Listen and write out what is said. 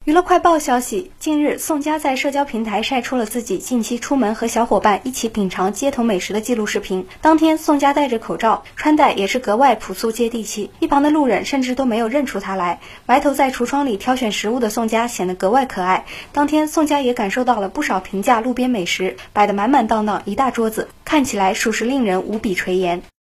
娱乐快报消息，近日宋佳在社交平台晒出了自己近期出门和小伙伴一起品尝街头美食的记录视频。当天，宋佳戴着口罩，穿戴也是格外朴素接地气，一旁的路人甚至都没有认出她来。埋头在橱窗里挑选食物的宋佳显得格外可爱。当天，宋佳也感受到了不少评价路边美食，摆得满满当当一大桌子，看起来属实令人无比垂涎。